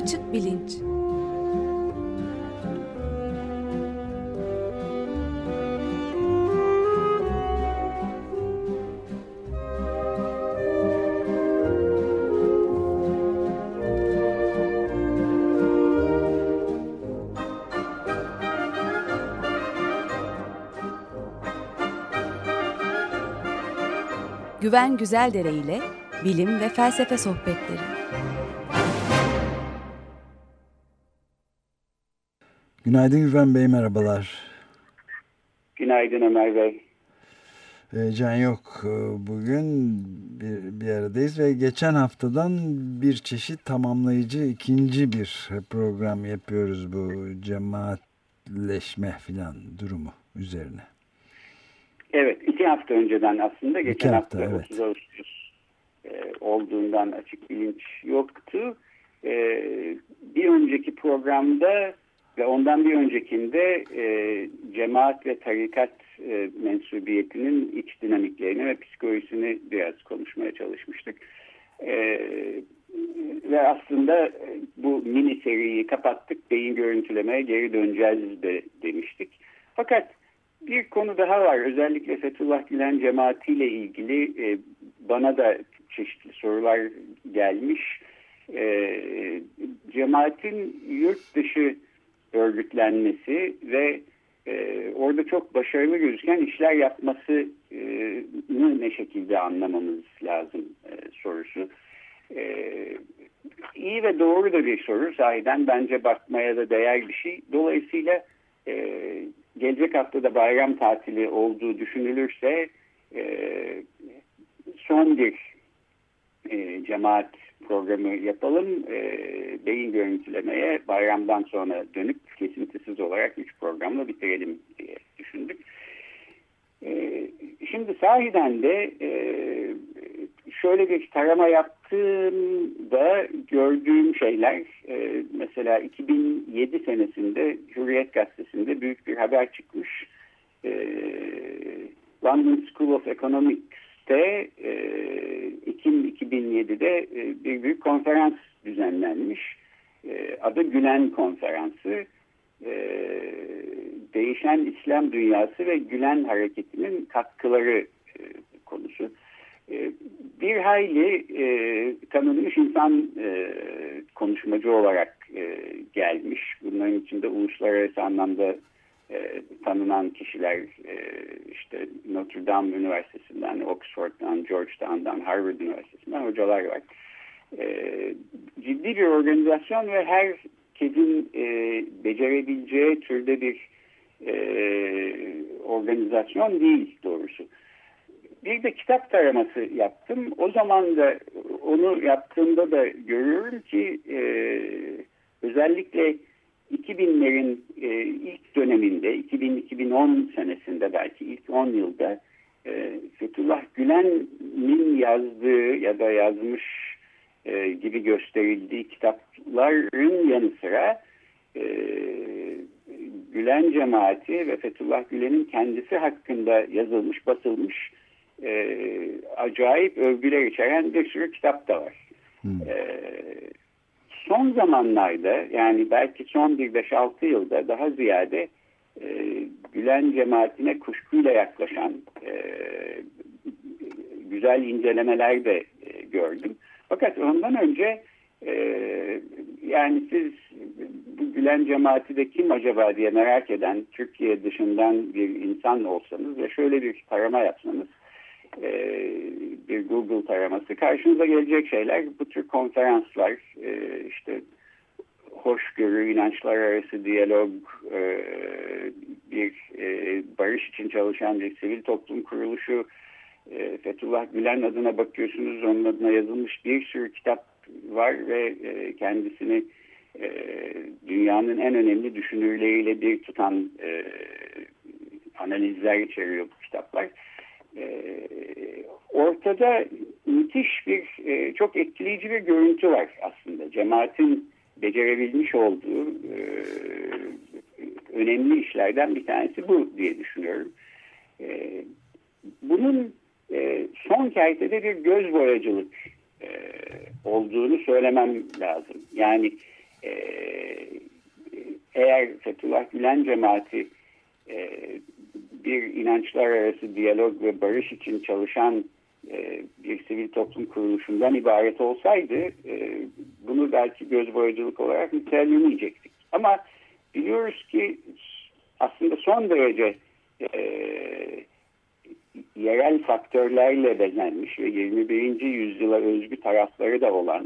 Açık Bilinç. Güven Güzeldere ile bilim ve felsefe sohbetleri. Günaydın Güven Bey, merhabalar. Günaydın Ömer Bey. Can yok bugün bir aradayız ve geçen haftadan bir çeşit tamamlayıcı ikinci bir program yapıyoruz bu cemaatleşme filan durumu üzerine. Evet, 2 hafta önceden aslında geçen hafta evet. 30 Ağustos olduğundan Açık Bilinç yoktu. Bir önceki programda ve ondan bir öncekinde cemaat ve tarikat mensubiyetinin iç dinamiklerini ve psikolojisini biraz konuşmaya çalışmıştık. Ve aslında bu mini seriyi kapattık, beyin görüntülemeye geri döneceğiz de demiştik. Fakat bir konu daha var. Özellikle Fethullah Gülen cemaatiyle ilgili bana da çeşitli sorular gelmiş. Cemaatin yurt dışı örgütlenmesi ve orada çok başarılı gözüken işler yapmasını ne şekilde anlamamız lazım sorusu. İyi ve doğru da bir soru. Sahiden bence bakmaya da değer bir şey. Dolayısıyla gelecek haftada bayram tatili olduğu düşünülürse son bir cemaat programı yapalım. Beyin görüntülemeye bayramdan sonra dönüp kesintisiz olarak 3 programla bitirelim diye düşündük. Şimdi sahiden de şöyle bir tarama yaptığımda gördüğüm şeyler, mesela 2007 senesinde Hürriyet Gazetesi'nde büyük bir haber çıkmış. London School of Economics'te Ekim 2007'de bir büyük konferans düzenlenmiş. Adı Gülen Konferansı. Değişen İslam dünyası ve Gülen hareketinin katkıları konusu. Bir hayli tanınmış insan konuşmacı olarak gelmiş. Bunların içinde uluslararası anlamda tanınan kişiler, işte Notre Dame Üniversitesi'nden, Oxford'dan, Georgetown'dan, Harvard Üniversitesi'nden hocalar var. Ciddi bir organizasyon ve herkesin becerebileceği türde bir organizasyon değil doğrusu. Bir de kitap taraması yaptım. O zaman da onu yaptığımda da görüyorum ki özellikle 2000'lerin ilk döneminde, 2000-2010 senesinde belki ilk 10 yılda Fethullah Gülen'in yazdığı ya da yazmış gibi gösterildiği kitapların yanı sıra Gülen cemaati ve Fethullah Gülen'in kendisi hakkında yazılmış, basılmış acayip övgüler içeren bir sürü kitap da var. Son zamanlarda, yani belki son 5-6 yılda daha ziyade Gülen cemaatine kuşkuyla yaklaşan güzel incelemeler de gördüm. Fakat ondan önce yani siz bu Gülen cemaati de kim acaba diye merak eden Türkiye dışından bir insan olsanız ve şöyle bir tarama yapsanız, bir Google taraması, karşınıza gelecek şeyler bu tür konferanslar, işte hoşgörü, inançlar arası diyalog, bir barış için çalışan bir sivil toplum kuruluşu, Fethullah Gülen adına bakıyorsunuz, onun adına yazılmış bir sürü kitap var ve kendisini dünyanın en önemli düşünürleriyle bir tutan analizler içeriyor bu kitaplar. Ortada müthiş bir, çok etkileyici bir görüntü var aslında. Cemaatin becerebilmiş olduğu önemli işlerden bir tanesi bu diye düşünüyorum. Bunun son kertede bir göz boyacılık olduğunu söylemem lazım. Yani eğer Fethullah Gülen cemaati bir inançlar arası diyalog ve barış için çalışan bir sivil toplum kuruluşundan ibaret olsaydı bunu belki göz boyacılık olarak nitelemeyecektik. Ama biliyoruz ki aslında son derece yerel faktörlerle bezenmiş ve 21. yüzyıla özgü tarafları da olan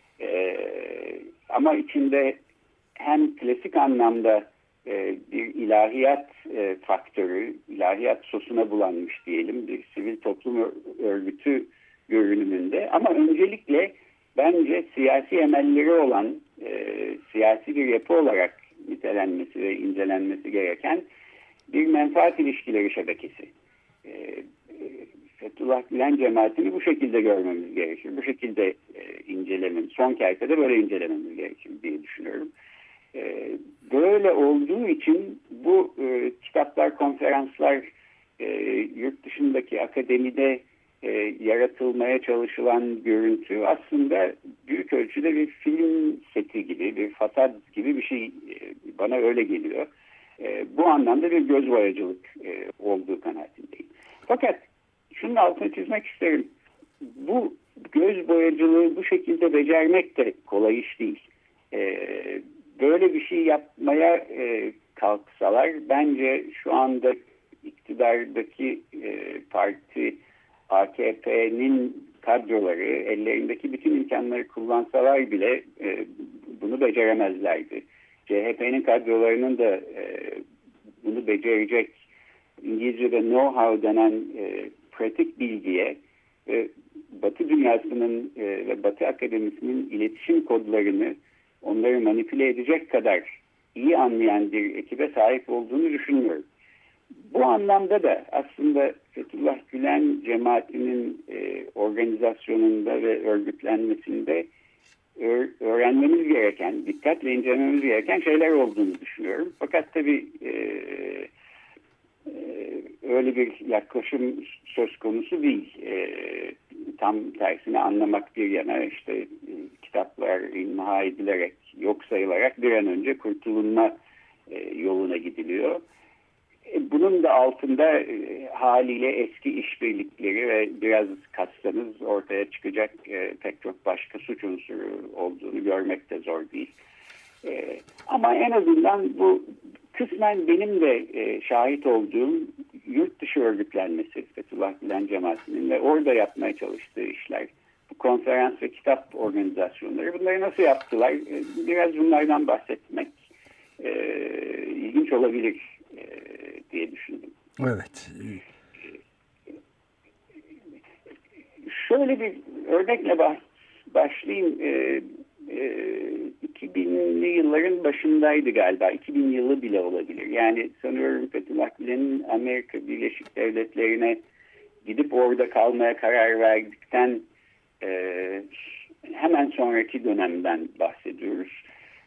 ama içinde hem klasik anlamda bir ilahiyat faktörü, ilahiyat sosuna bulanmış diyelim bir sivil toplum örgütü görünümünde ama öncelikle bence siyasi emelleri olan siyasi bir yapı olarak nitelenmesi ve incelenmesi gereken bir menfaat ilişkileri şebekesi. Fethullah Gülen cemaatini bu şekilde görmemiz gerekir. Bu şekilde incelememiz, son kertede böyle incelememiz gerekir diye düşünüyorum. Böyle olduğu için bu kitaplar, konferanslar, yurt dışındaki akademide yaratılmaya çalışılan görüntü aslında büyük ölçüde bir film seti gibi, bir fasad gibi bir şey bana öyle geliyor. Bu anlamda bir göz boyacılık olduğu kanaatindeyim. Fakat şunun altını çizmek isterim. Bu göz boyacılığı bu şekilde becermek de kolay iş değil. Böyle bir şey yapmaya kalksalar bence şu anda iktidardaki parti AKP'nin kadroları ellerindeki bütün imkanları kullansalar bile bunu beceremezlerdi. CHP'nin kadrolarının da bunu becerecek İngilizce'de know-how denen pratik bilgiye Batı dünyasının ve Batı akademisinin iletişim kodlarını onları manipüle edecek kadar iyi anlayan bir ekibe sahip olduğunu düşünmüyorum. Bu anlamda da aslında Fethullah Gülen cemaatinin organizasyonunda ve örgütlenmesinde öğrenmemiz gereken, dikkatle incelememiz gereken şeyler olduğunu düşünüyorum. Fakat tabii öyle bir yaklaşım söz konusu değil. Tam tersine anlamak bir yana işte kitaplar imha edilerek, yok sayılarak bir an önce kurtulunma yoluna gidiliyor. Bunun da altında haliyle eski işbirlikleri ve biraz katsanız ortaya çıkacak pek çok başka suç unsuru olduğunu görmek de zor değil. Ama en azından bu kısmen benim de şahit olduğum yurt dışı örgütlenmesi Fethullah Gülen cemaatinin ve orada yapmaya çalıştığı işler, bu konferans ve kitap organizasyonları bunları nasıl yaptılar? Biraz bunlardan bahsetmek ilginç olabilir diye düşündüm. Evet. Şöyle bir örnekle başlayayım. 2000'li yılların başındaydı galiba. 2000 yılı bile olabilir. Yani sanıyorum Fethullah Gülen'in Amerika Birleşik Devletleri'ne gidip orada kalmaya karar verdikten hemen sonraki dönemden bahsediyoruz.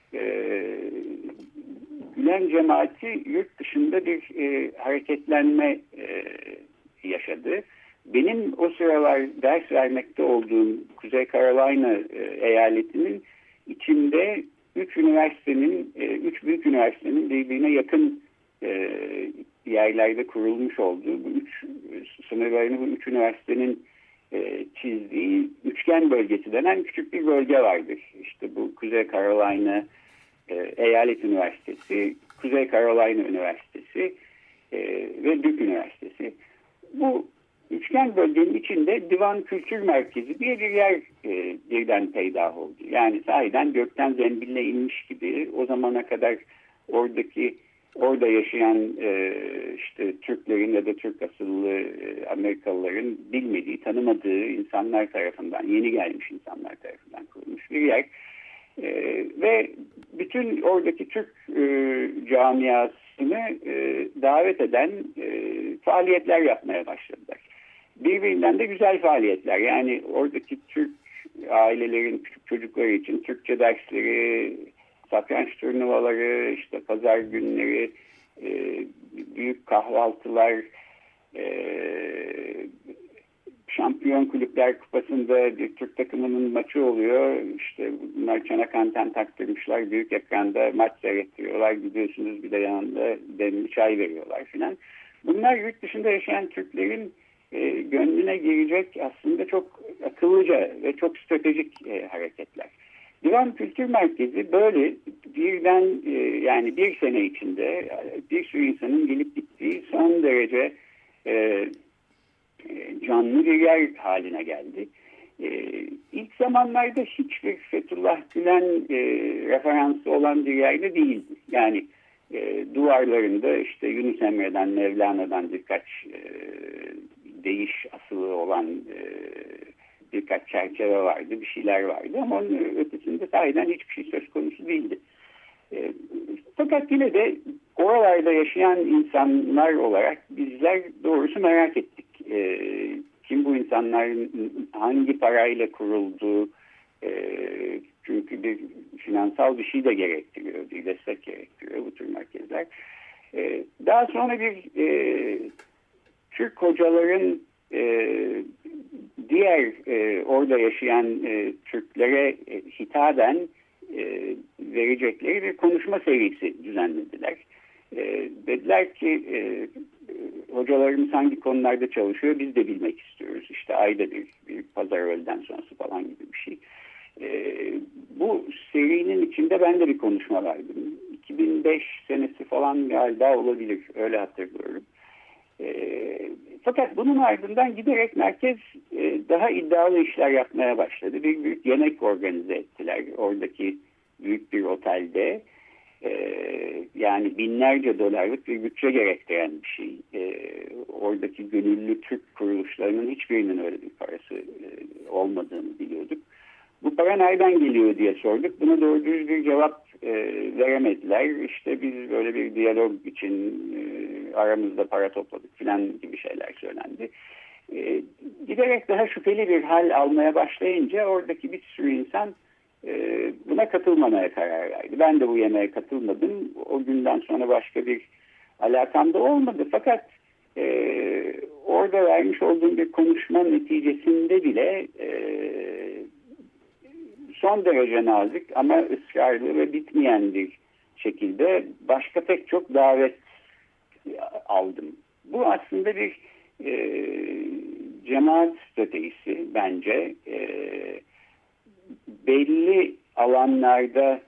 Gülen cemaati yurt dışında bir hareketlenme yaşadı. Benim o sıralar ders vermekte olduğum Kuzey Carolina eyaletinin içinde üç büyük üniversitenin birbirine yakın yerlerde kurulmuş olduğu bu sınırlarını bu üç üniversitenin çizdiği üçgen bölgesi denen küçük bir bölge vardır. İşte bu Kuzey Carolina Eyalet Üniversitesi, Kuzey Carolina Üniversitesi ve Duke Üniversitesi. Bu üçgen bölgenin içinde Divan Kültür Merkezi diye bir yer birden peydah oldu. Yani sahiden gökten zembille inmiş gibi o zamana kadar orada yaşayan işte Türklerin ya da Türk asıllı Amerikalıların bilmediği, tanımadığı insanlar tarafından, yeni gelmiş insanlar tarafından kurulmuş bir yer. Ve bütün oradaki Türk camiasını davet eden faaliyetler yapmaya başladılar. Birbirinden de güzel faaliyetler. Yani oradaki Türk ailelerin küçük çocukları için Türkçe dersleri, satranç turnuvaları, işte pazar günleri, büyük kahvaltılar, Şampiyon Kulüpler Kupası'nda bir Türk takımının maçı oluyor. İşte bunlar çanak anten taktırmışlar. Büyük ekranda maç seyrettiriyorlar. Gidiyorsunuz bir de yanında demli çay veriyorlar filan. Bunlar yurt dışında yaşayan Türklerin gönlüne girecek aslında çok akıllıca ve çok stratejik hareketler. Divan Kültür Merkezi böyle birden yani bir sene içinde bir sürü insanın gelip gittiği son derece canlı bir yer haline geldi. İlk zamanlarda hiçbir Fethullah Gülen referansı olan bir yerde değildi. Yani duvarlarında işte Yunus Emre'den, Mevlana'dan birkaç değiş asılı olan birkaç çerçeve vardı, bir şeyler vardı ama onun ötesinde sahiden hiçbir şey söz konusu değildi. Fakat yine de oralarda yaşayan insanlar olarak bizler doğrusu merak ettik. Kim bu insanların hangi parayla kurulduğu, çünkü bir finansal bir şey de gerektiriyor, bir destek gerektiriyor bu tür merkezler. Daha sonra bir Türk hocaların diğer orada yaşayan Türklere hitaben verecekleri bir konuşma serisi düzenlediler. Dediler ki hocalarımız hangi konularda çalışıyor biz de bilmek istiyoruz. İşte ayda bir pazar öğleden sonrası falan gibi bir şey. Bu serinin içinde ben de bir konuşma verdim. 2005 senesi falan galiba olabilir. Öyle hatırlıyorum. Fakat bunun ardından giderek merkez daha iddialı işler yapmaya başladı. Bir büyük yemek organize ettiler. Oradaki büyük bir otelde. Yani binlerce dolarlık bir bütçe gerektiren bir şey. Oradaki gönüllü Türk kuruluşlarının hiçbirinin öyle bir parası olmadığını biliyorduk. Bu para nereden geliyor diye sorduk. Buna doğru düz bir cevap veremediler. İşte biz böyle bir diyalog için aramızda para topladık falan gibi şeyler söylendi. Giderek daha şüpheli bir hal almaya başlayınca oradaki bir sürü insan buna katılmamaya karar verdi. Ben de bu yemeğe katılmadım. O günden sonra başka bir alakam da olmadı. Fakat orada vermiş olduğum bir konuşma neticesinde bile son derece nazik ama ısrarlı ve bitmeyen bir şekilde başka pek çok davet aldım. Bu aslında bir cemaat stratejisi bence. Belli alanlarda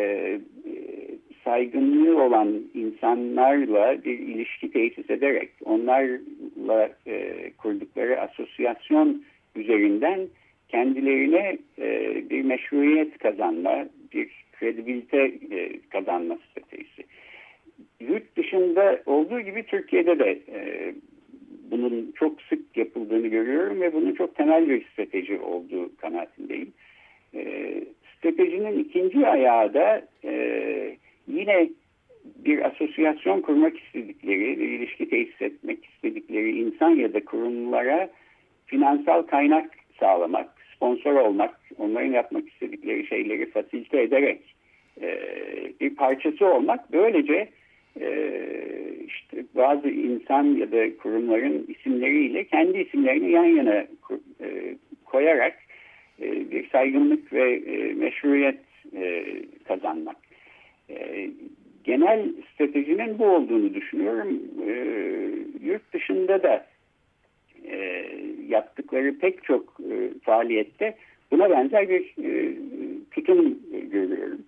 saygınlığı olan insanlarla bir ilişki tesis ederek onlarla kurdukları asosyasyon üzerinden kendilerine bir meşruiyet kazanma, bir kredibilite kazanma stratejisi. Yurt dışında olduğu gibi Türkiye'de de bunun çok sık yapıldığını görüyorum ve bunun çok temel bir strateji olduğu kanaatindeyim. Stratejinin ikinci ayağı da yine bir asosyasyon kurmak istedikleri, bir ilişki tesis etmek istedikleri insan ya da kurumlara finansal kaynak sağlamak, sponsor olmak, onların yapmak istedikleri şeyleri fasilite ederek bir parçası olmak. Böylece işte bazı insan ya da kurumların isimleriyle kendi isimlerini yan yana koyarak bir saygınlık ve meşruiyet kazanmak. Genel stratejinin bu olduğunu düşünüyorum. Yurt dışında da yaptıkları pek çok faaliyette buna benzer bir tutum görüyorum.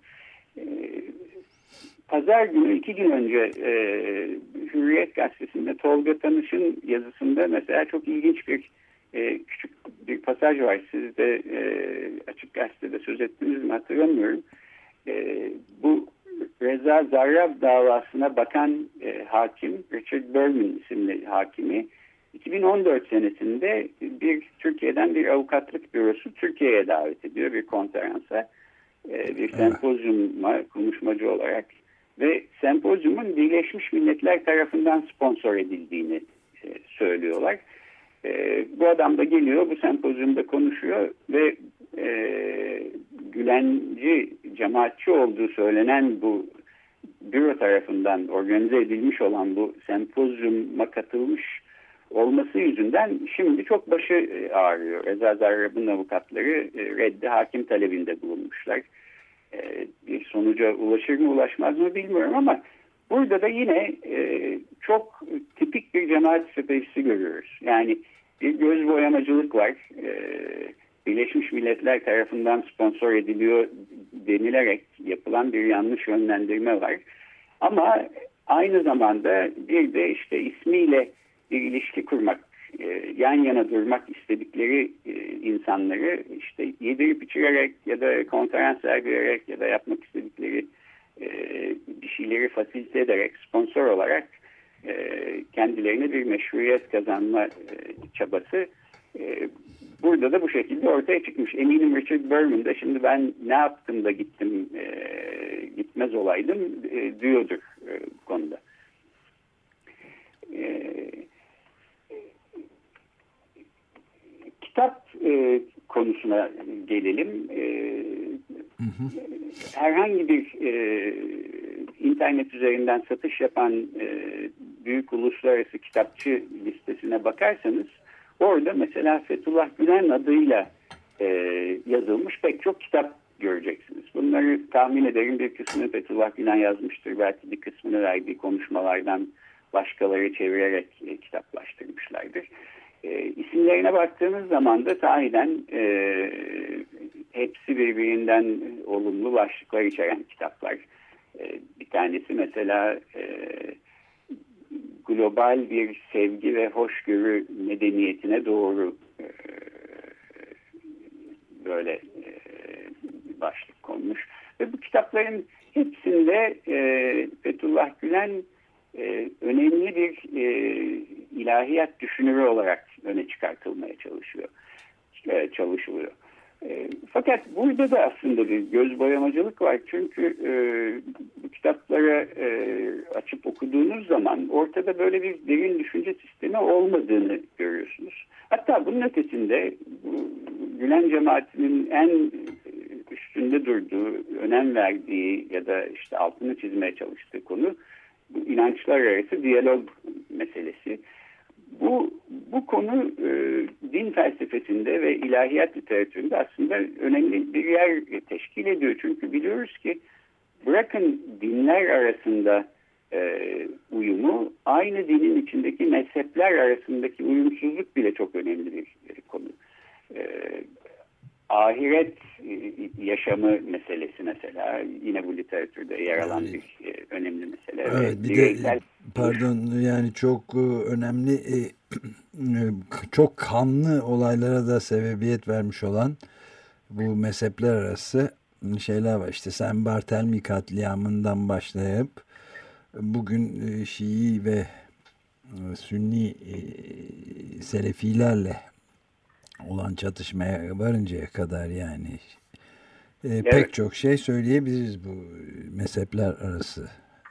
Pazar günü 2 gün önce Hürriyet Gazetesi'nde Tolga Tanış'ın yazısında mesela çok ilginç bir küçük bir pasaj var. Siz de Açık Gazete'de söz ettiniz mi hatırlamıyorum. Bu Reza Zarrab davasına bakan hakim Richard Berman isimli hakimi 2014 senesinde Türkiye'den bir avukatlık bürosu Türkiye'ye davet ediyor bir konferansa, bir sempozyuma konuşmacı olarak ve sempozyumun Birleşmiş Milletler tarafından sponsor edildiğini söylüyorlar. Bu adam da geliyor, bu sempozyumda konuşuyor ve Gülenci, cemaatçi olduğu söylenen bu büro tarafından organize edilmiş olan bu sempozyuma katılmış olması yüzünden şimdi çok başı ağrıyor. Reza Zarrab'ın avukatları reddi hakim talebinde bulunmuşlar. Bir sonuca ulaşır mı ulaşmaz mı bilmiyorum ama burada da yine çok tipik bir cemaat stratejisi görüyoruz. Yani bir göz boyamacılık var. Birleşmiş Milletler tarafından sponsor ediliyor denilerek yapılan bir yanlış yönlendirme var. Ama aynı zamanda bir de işte ismiyle bir ilişki kurmak, yan yana durmak istedikleri insanları işte yedirip içirerek ya da konferans vererek ya da yapmak istedikleri bir şeyleri fasilite ederek, sponsor olarak kendilerine bir meşruiyet kazanma çabası burada da bu şekilde ortaya çıkmış. Eminim Richard Berman da şimdi ben ne yaptım da gittim gitmez olaydım diyordur bu konuda. Kitap konusuna gelelim. Herhangi bir internet üzerinden satış yapan büyük uluslararası kitapçı listesine bakarsanız orada mesela Fethullah Gülen adıyla yazılmış pek çok kitap göreceksiniz. Bunları tahmin ederim bir kısmını Fethullah Gülen yazmıştır. Belki bir kısmını verdiği konuşmalardan başkaları çevirerek kitaplaştırmışlardır. İsimlerine baktığımız zaman da sahiden hepsi birbirinden olumlu başlıklar içeren kitaplar. Bir tanesi mesela global bir sevgi ve hoşgörü medeniyetine doğru böyle başlık konmuş. Ve bu kitapların hepsinde Fethullah Gülen önemli bir ilahiyat düşünürü olarak öne çıkartılmaya çalışılıyor. Fakat burada da aslında bir göz boyamacılık var. Çünkü bu kitapları açıp okuduğunuz zaman ortada böyle bir derin düşünce sistemi olmadığını görüyorsunuz. Hatta bunun ötesinde bu Gülen cemaatinin en üstünde durduğu, önem verdiği ya da işte altını çizmeye çalıştığı konu bu inançlar arası diyalog meselesi. Bu konu din felsefesinde ve ilahiyat literatüründe aslında önemli bir yer teşkil ediyor. Çünkü biliyoruz ki bırakın dinler arasında uyumu, aynı dinin içindeki mezhepler arasındaki uyumsuzluk bile çok önemli bir konu. Ahiret yaşamı meselesi mesela yine bu literatürde yer alan bir önemli mesele. Evet, bir de yani çok önemli çok kanlı olaylara da sebebiyet vermiş olan bu mezhepler arası şeyler var. İşte Saint Barthélemy katliamından başlayıp bugün Şii ve Sünni Selefilerle olan çatışmaya varıncaya kadar yani evet. Pek çok şey söyleyebiliriz bu mezhepler arası.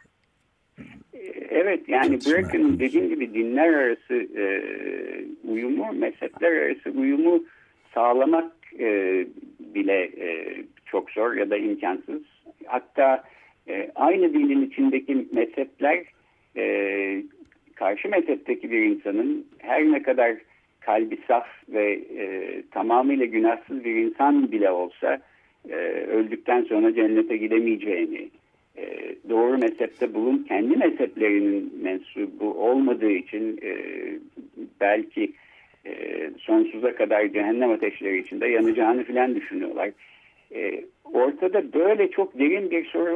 Evet yani bırakın dediğim gibi dinler arası uyumu, mezhepler arası uyumu sağlamak bile çok zor ya da imkansız. Hatta aynı dinin içindeki mezhepler karşı mezhepteki bir insanın her ne kadar kalbi saf ve tamamıyla günahsız bir insan bile olsa öldükten sonra cennete gidemeyeceğini, doğru mezhepte kendi mezheplerinin mensubu olmadığı için belki sonsuza kadar cehennem ateşleri içinde yanacağını filan düşünüyorlar. Ortada böyle çok derin bir sorun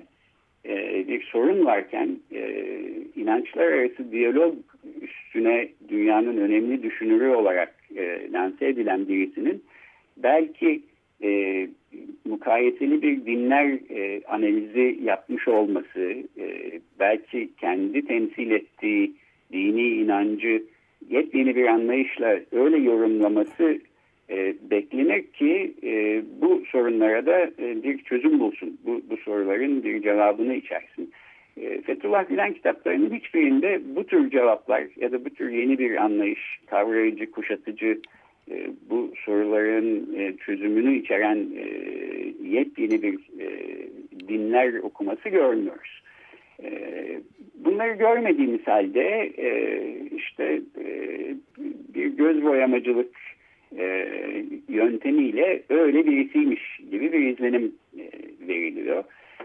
varken inançlar arası diyalog üstüne dünyanın önemli düşünürü olarak lanse edilen birisinin belki mukayeseli bir dinler analizi yapmış olması, belki kendi temsil ettiği dini inancı yepyeni bir anlayışla öyle yorumlaması beklenir ki bu sorunlara da bir çözüm bulsun. Bu soruların bir cevabını içersin. Fethullah Gülen kitaplarının hiçbirinde bu tür cevaplar ya da bu tür yeni bir anlayış, kavrayıcı, kuşatıcı, bu soruların çözümünü içeren yepyeni bir dinler okuması görmüyoruz. Bunları görmediğimiz halde işte bir göz boyamacılık yöntemiyle öyle birisiymiş gibi bir izlenim veriliyor.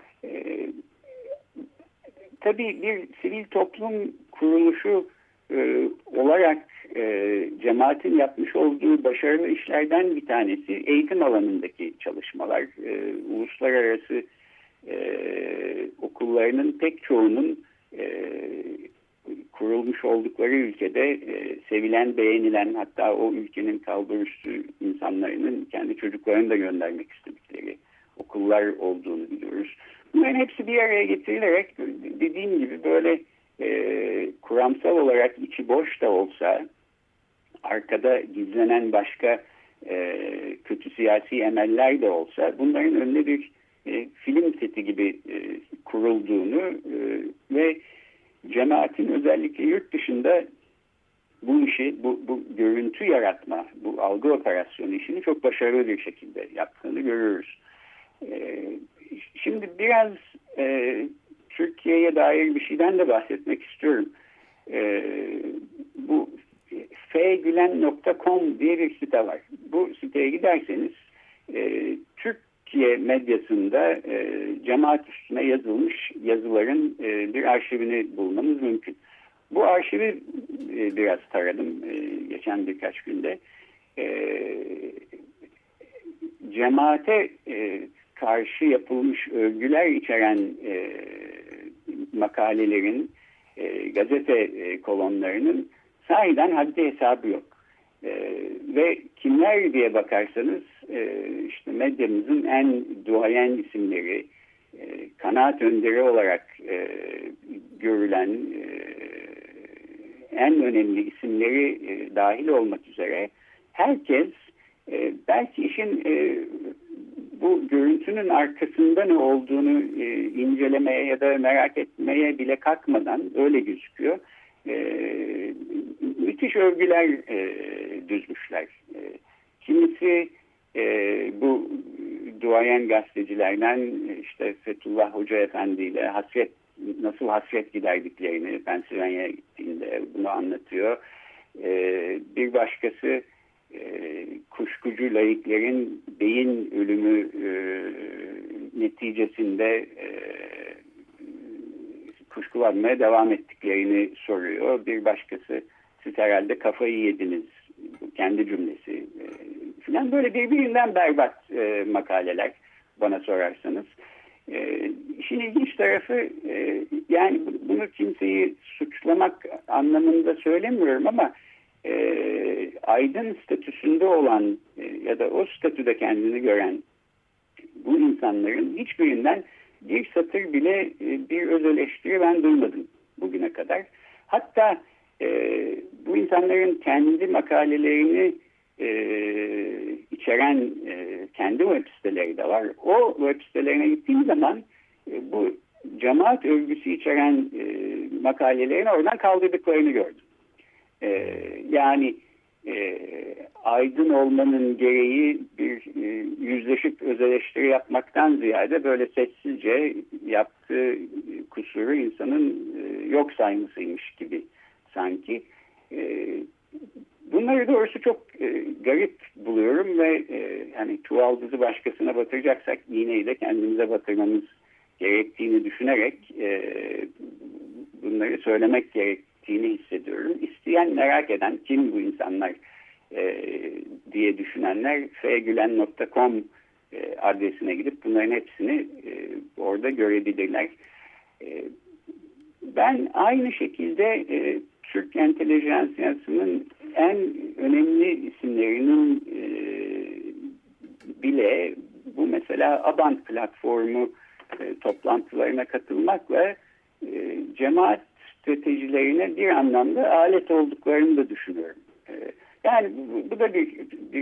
Tabii bir sivil toplum kuruluşu olarak cemaatin yapmış olduğu başarılı işlerden bir tanesi eğitim alanındaki çalışmalar. Uluslararası okullarının pek çoğunun kurulmuş oldukları ülkede sevilen, beğenilen, hatta o ülkenin kalburüstü insanların kendi çocuklarını da göndermek istedikleri okullar olduğunu biliyoruz. Bunların hepsi bir araya getirilerek dediğim gibi böyle kuramsal olarak içi boş da olsa arkada gizlenen başka kötü siyasi emeller de olsa bunların önüne bir film seti gibi kurulduğunu ve cemaatin özellikle yurt dışında bu işi, bu görüntü yaratma, bu algı operasyonu işini çok başarılı bir şekilde yaptığını görüyoruz. Şimdi biraz Türkiye'ye dair bir şeyden de bahsetmek istiyorum. Bu fgülen.com diye bir site var. Bu siteye giderseniz Türkiye medyasında cemaat üstüne yazılmış yazıların bir arşivini bulmanız mümkün. Bu arşivi biraz taradım geçen birkaç günde. Cemaate karşı yapılmış övgüler içeren makalelerin, gazete kolonlarının sahiden haddi hesabı yok. Ve kimler diye bakarsanız işte medyamızın en duayen isimleri, kanaat önderi olarak görülen en önemli isimleri dahil olmak üzere herkes belki işin bu görüntünün arkasında ne olduğunu incelemeye ya da merak etmeye bile kalkmadan öyle gözüküyor. Müthiş övgüler düzmüşler. Kimisi bu duayen gazetecilerden işte Fethullah Hoca Efendi ile nasıl hasret giderdiklerini Pensilvanya'ya gittiğinde bunu anlatıyor. Bir başkası kuşkucu laiklerin beyin ölümü neticesinde kuşkulanmaya devam ettiklerini soruyor. Bir başkası siz herhalde kafayı yediniz kendi cümlesi falan böyle birbirinden berbat makaleler bana sorarsanız. İşin ilginç tarafı yani bunu kimseyi suçlamak anlamında söylemiyorum ama aydın statüsünde olan ya da o statüde kendini gören bu insanların hiçbirinden bir satır bile bir öz eleştiri ben duymadım bugüne kadar. Hatta bu insanların kendi makalelerini içeren kendi web siteleri de var. O web sitelerine gittiğim zaman bu cemaat övgüsü içeren makalelerini oradan kaldırdıklarını gördüm. Yani aydın olmanın gereği bir yüzleşip öz eleştiri yapmaktan ziyade böyle sessizce yaptığı kusuru insanın yok saymasıymış gibi sanki. Bunları doğrusu çok garip buluyorum ve hani çuvaldızı başkasına batıracaksak iğneyi de kendimize batırmamız gerektiğini düşünerek bunları söylemek gerektiğini hissediyorum. İsteyen, merak eden kim bu insanlar diye düşünenler fgülen.com adresine gidip bunların hepsini orada görebilirler. Ben aynı şekilde Türk entelejansiyasının en önemli isimlerinin bile bu mesela Abant platformu toplantılarına katılmakla cemaat stratejilerine bir anlamda alet olduklarını da düşünüyorum. Yani bu da bir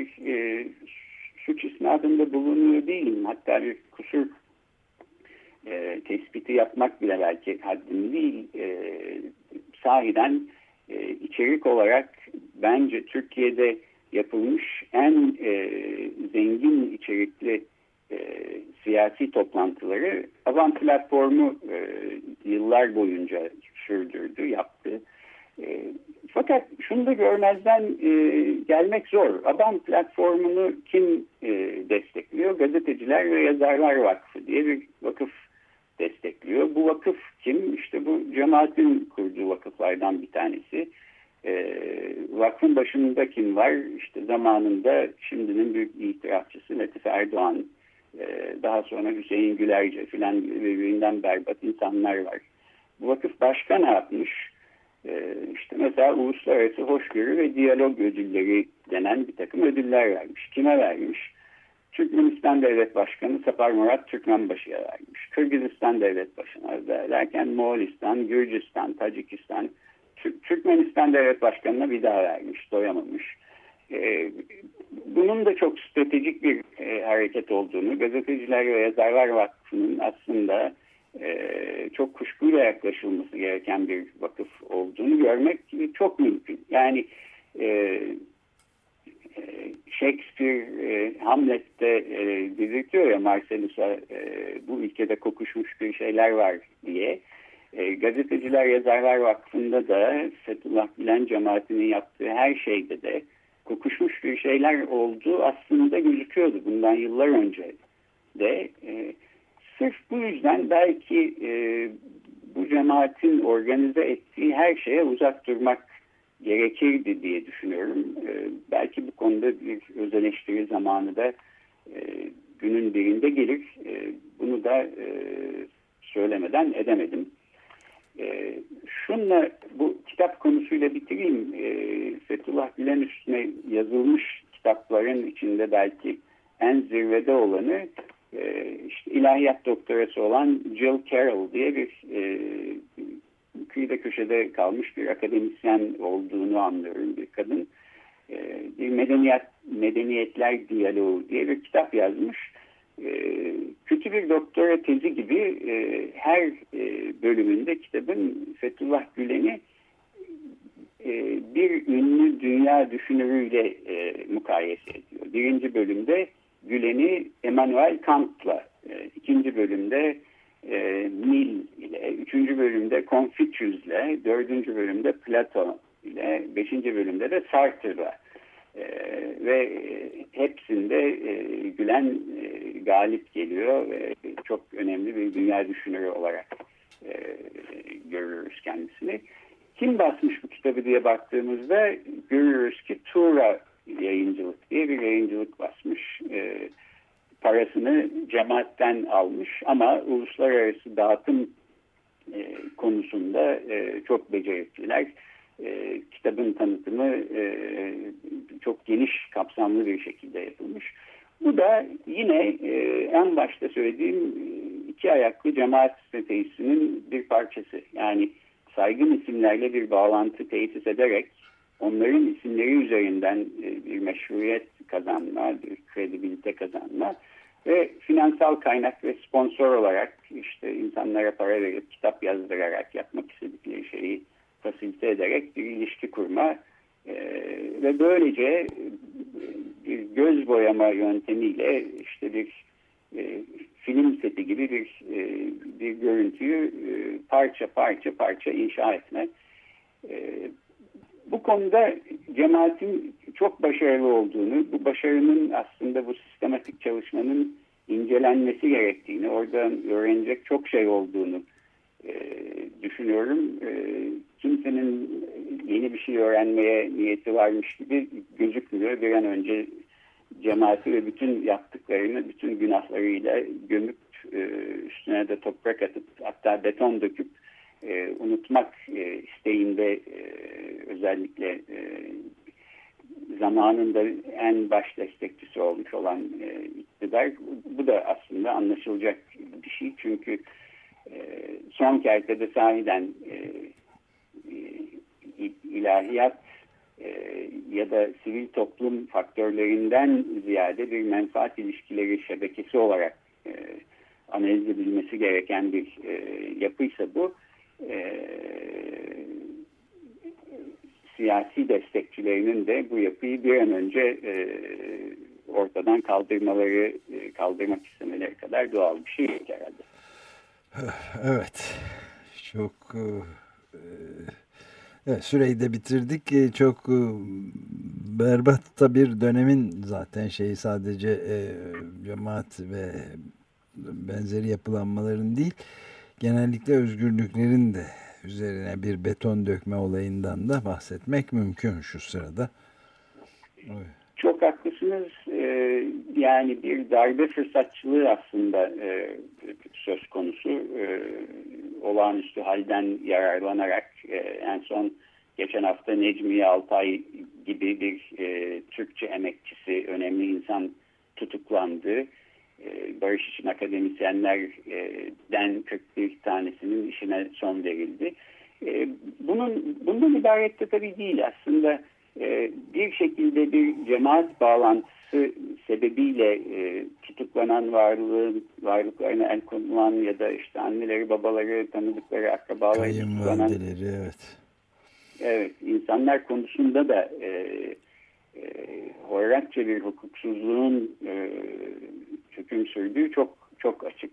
suç isnadında bulunuyor değilim. Hatta bir kusur tespiti yapmak bile belki haddim değil. Sahiden içerik olarak bence Türkiye'de yapılmış en zengin içerikli siyasi toplantıları Avant platformu yıllar boyunca sürdürdü, yaptı. Fakat şunu da görmezden gelmek zor. Adam platformunu kim destekliyor? Gazeteciler ve Yazarlar Vakfı diye bir vakıf destekliyor. Bu vakıf kim? İşte bu cemaatin kurduğu vakıflardan bir tanesi. Vakfın başında kim var? İşte zamanında şimdinin büyük itirafçısı Latif Erdoğan, daha sonra Hüseyin Gülerce filan birbirinden berbat insanlar var. Bu vakıf başka ne yapmış? İşte mesela Uluslararası Hoşgörü ve Diyalog Ödülleri denen bir takım ödüller vermiş. Kime vermiş? Türkmenistan Devlet Başkanı Sapar Murat Türkmenbaşı'ya vermiş. Kırgızistan Devlet Başkanı derken Moğolistan, Gürcistan, Tacikistan, Türkmenistan Devlet Başkanı'na bir daha vermiş, doyamamış. Bunun da çok stratejik bir hareket olduğunu, Gazeteciler ve Yazarlar Vakfı'nın aslında çok kuşkuyla yaklaşılması gereken bir vakıf olduğunu görmek çok mümkün. Yani Shakespeare Hamlet'te belirtiyor ya Marcellus'a bu ülkede kokuşmuş bir şeyler var diye. Gazeteciler Yazarlar Vakfı'nda da Fethullah Gülen cemaatinin yaptığı her şeyde de kokuşmuş bir şeyler olduğu aslında gözüküyordu bundan yıllar önce de. Sırf bu yüzden belki bu cemaatin organize ettiği her şeye uzak durmak gerekirdi diye düşünüyorum. Belki bu konuda bir öz eleştiri zamanı da günün birinde gelir. Bunu da söylemeden edemedim. Şunla bu kitap konusuyla bitireyim. Fethullah Gülen üstüne yazılmış kitapların içinde belki en zirvede olanı işte ilahiyat doktorası olan Jill Carroll diye bir kıyıda köşede kalmış bir akademisyen olduğunu anlıyorum bir kadın. Bir medeniyetler diyaloğu diye bir kitap yazmış. Kötü bir doktora tezi gibi her bölümünde kitabın Fethullah Gülen'i bir ünlü dünya düşünürüyle mukayese ediyor. Birinci bölümde Gülen'i Immanuel Kant'la, ikinci bölümde Mill ile, üçüncü bölümde Confucius'la, dördüncü bölümde Platon ile, beşinci bölümde de Sartre'la ve hepsinde Gülen galip geliyor ve çok önemli bir dünya düşünürü olarak görüyoruz kendisini. Kim basmış bu kitabı diye baktığımızda görüyoruz ki Tuğra Yayıncılık diye bir yayıncılık basmış. Parasını cemaatten almış ama uluslararası dağıtım konusunda çok becerikliler. Kitabın tanıtımı çok geniş kapsamlı bir şekilde yapılmış. Bu da yine en başta söylediğim iki ayaklı cemaat stratejisinin bir parçası. Yani saygın isimlerle bir bağlantı tesis ederek onların isimleri üzerinden bir meşruiyet kazanma, bir kredibilite kazanma ve finansal kaynak ve sponsor olarak işte insanlara para verip kitap yazdırarak yapmak istedikleri şeyi fasilite ederek bir ilişki kurma ve böylece bir göz boyama yöntemiyle işte bir film seti gibi bir görüntüyü parça parça inşa etme. Bu konuda cemaatin çok başarılı olduğunu, bu başarının aslında bu sistematik çalışmanın incelenmesi gerektiğini, oradan öğrenecek çok şey olduğunu düşünüyorum. Kimsenin yeni bir şey öğrenmeye niyeti varmış gibi gözükmüyor. Bir an önce cemaati ve bütün yaptıklarını, bütün günahlarıyla gömüp üstüne de toprak atıp hatta beton döküp unutmak isteğinde özellikle zamanında en baş destekçisi olmuş olan iktidar. Bu da aslında anlaşılacak bir şey. Çünkü son kertede sahiden ilahiyat ya da sivil toplum faktörlerinden ziyade bir menfaat ilişkileri şebekesi olarak analiz edilmesi gereken bir yapıysa bu. Siyasi destekçilerinin de bu yapıyı bir an önce ortadan kaldırmak istemeleri kadar doğal bir şey yok herhalde. Evet, çok Evet, süreyi de bitirdik. Çok berbat da bir dönemin zaten sadece cemaat ve benzeri yapılanmaların değil, genellikle özgürlüklerin de üzerine bir beton dökme olayından da bahsetmek mümkün şu sırada. Evet. Çok haklısınız. Yani bir darbe fırsatçılığı aslında söz konusu. Olağanüstü halden yararlanarak en son geçen hafta Necmiye Altay gibi bir Türkçe emekçisi, önemli insan tutuklandı. Barış için akademisyenlerden 41 tanesinin işine son verildi. Bundan ibaret de tabii değil aslında. Bir şekilde bir cemaat bağlantısı sebebiyle tutuklanan varlıklarına el konulan ya da işte anneleri, babaları, tanıdıkları, akrabaları tutuklanan, evet. Evet, insanlar konusunda da hoyratça bir hukuksuzluğun hüküm sürdüğü çok açık.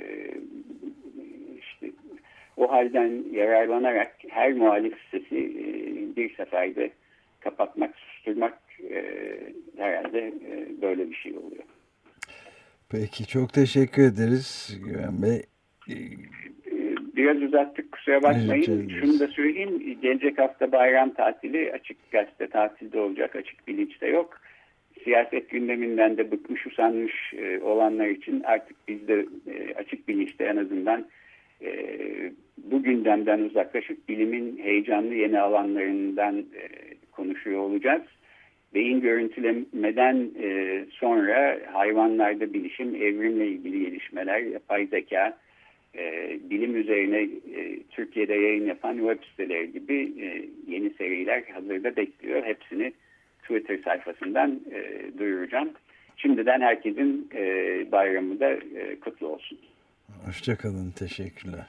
İşte o halden yararlanarak her muhalif sesi bir seferde kapatmak, susturmak herhalde böyle bir şey oluyor. Peki, çok teşekkür ederiz Güven Bey. Biraz uzattık, kusura bakmayın. Şunu da söyleyeyim, gelecek hafta bayram tatili, Açık Gazete tatilde olacak, Açık Bilinç'te yok. Siyaset gündeminden de bıkmış usanmış olanlar için artık biz de Açık Bilinç'te en azından bu gündemden uzaklaşıp bilimin heyecanlı yeni alanlarından konuşuyor olacağız. Beyin görüntülemeden sonra hayvanlarda bilişim, evrimle ilgili gelişmeler, yapay zeka, bilim üzerine Türkiye'de yayın yapan web siteleri gibi yeni seriler hazırda bekliyor. Hepsini Twitter sayfasından duyuracağım. Şimdiden herkesin bayramı da kutlu olsun. Hoşçakalın, teşekkürler.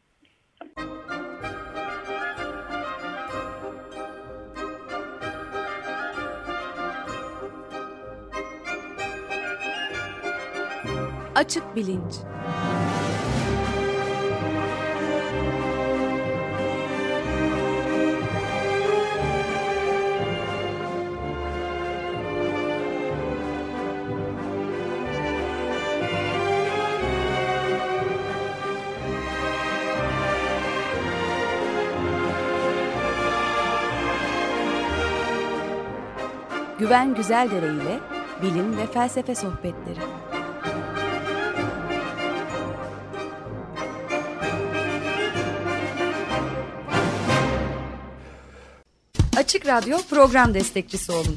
Açık Bilinç. Güven Güzeldere ile bilim ve felsefe sohbetleri. Açık Radyo program destekçisi olun.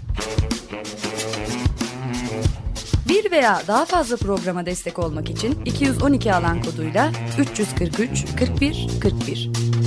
Bir veya daha fazla programa destek olmak için 212 alan koduyla 343 41 41.